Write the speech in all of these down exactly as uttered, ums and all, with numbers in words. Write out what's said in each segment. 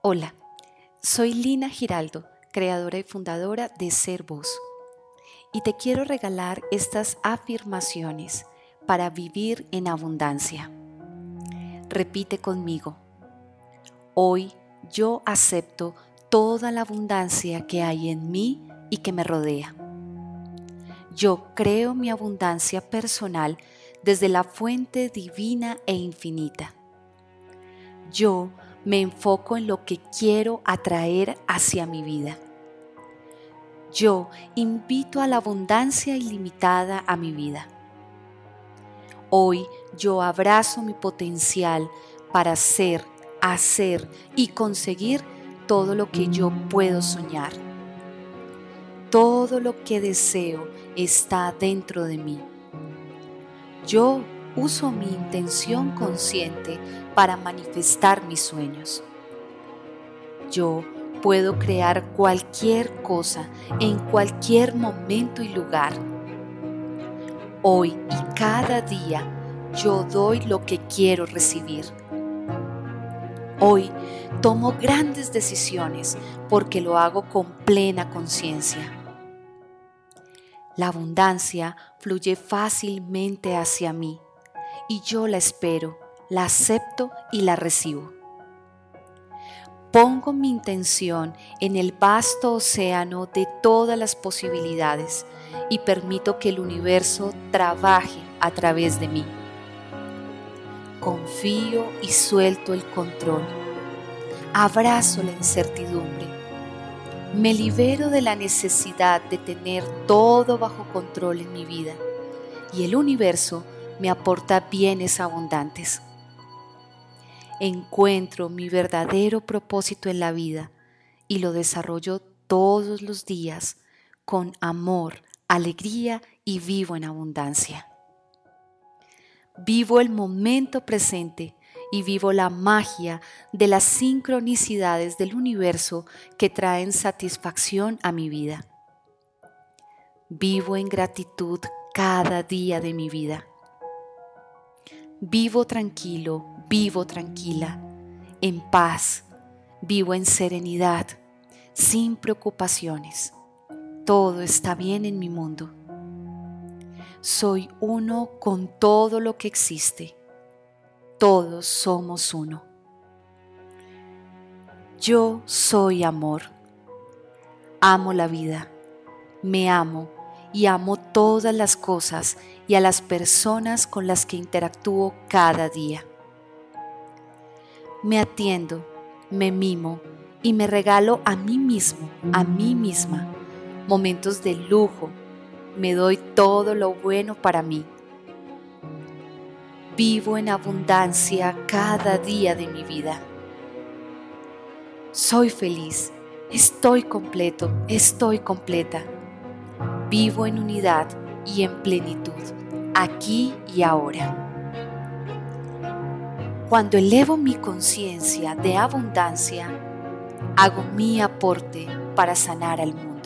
Hola, soy Lina Giraldo, creadora y fundadora de Ser Voz, y te quiero regalar estas afirmaciones para vivir en abundancia. Repite conmigo: hoy yo acepto toda la abundancia que hay en mí y que me rodea. Yo creo mi abundancia personal desde la fuente divina e infinita. Yo me enfoco en lo que quiero atraer hacia mi vida. Yo invito a la abundancia ilimitada a mi vida. Hoy yo abrazo mi potencial para ser, hacer y conseguir todo lo que yo puedo soñar. Todo lo que deseo está dentro de mí. Yo uso mi intención consciente para manifestar mis sueños. Yo puedo crear cualquier cosa en cualquier momento y lugar. Hoy y cada día yo doy lo que quiero recibir. Hoy tomo grandes decisiones porque lo hago con plena conciencia. La abundancia fluye fácilmente hacia mí y yo la espero, la acepto y la recibo. Pongo mi intención en el vasto océano de todas las posibilidades y permito que el universo trabaje a través de mí. Confío y suelto el control. Abrazo la incertidumbre. Me libero de la necesidad de tener todo bajo control en mi vida y el universo me aporta bienes abundantes. Encuentro mi verdadero propósito en la vida y lo desarrollo todos los días con amor, alegría y vivo en abundancia. Vivo el momento presente y vivo la magia de las sincronicidades del universo que traen satisfacción a mi vida. Vivo en gratitud cada día de mi vida. Vivo tranquilo, vivo tranquila, en paz, vivo en serenidad, sin preocupaciones. Todo está bien en mi mundo. Soy uno con todo lo que existe. Todos somos uno. Yo soy amor. Amo la vida. Me amo y amo todas las cosas y a las personas con las que interactúo cada día. Me atiendo, me mimo y me regalo a mí mismo, a mí misma, momentos de lujo. Me doy todo lo bueno para mí. Vivo en abundancia cada día de mi vida. Soy feliz, estoy completo, estoy completa. Vivo en unidad y en plenitud, aquí y ahora. Cuando elevo mi conciencia de abundancia, hago mi aporte para sanar al mundo.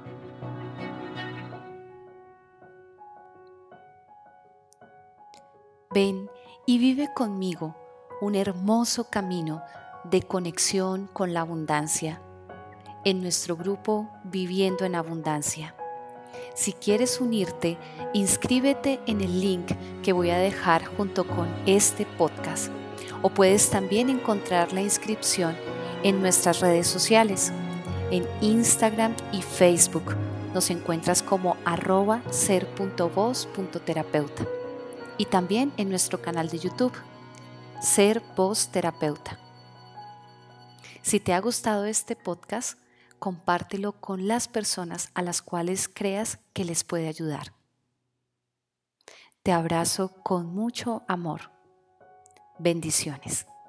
Ven y vive conmigo un hermoso camino de conexión con la abundancia en nuestro grupo Viviendo en Abundancia. Si quieres unirte, inscríbete en el link que voy a dejar junto con este podcast, o puedes también encontrar la inscripción en nuestras redes sociales. En Instagram y Facebook nos encuentras como arroba ser punto voz punto terapeuta. Y también en nuestro canal de YouTube, Ser Voz Terapeuta. Si te ha gustado este podcast, compártelo con las personas a las cuales creas que les puede ayudar. Te abrazo con mucho amor. Bendiciones.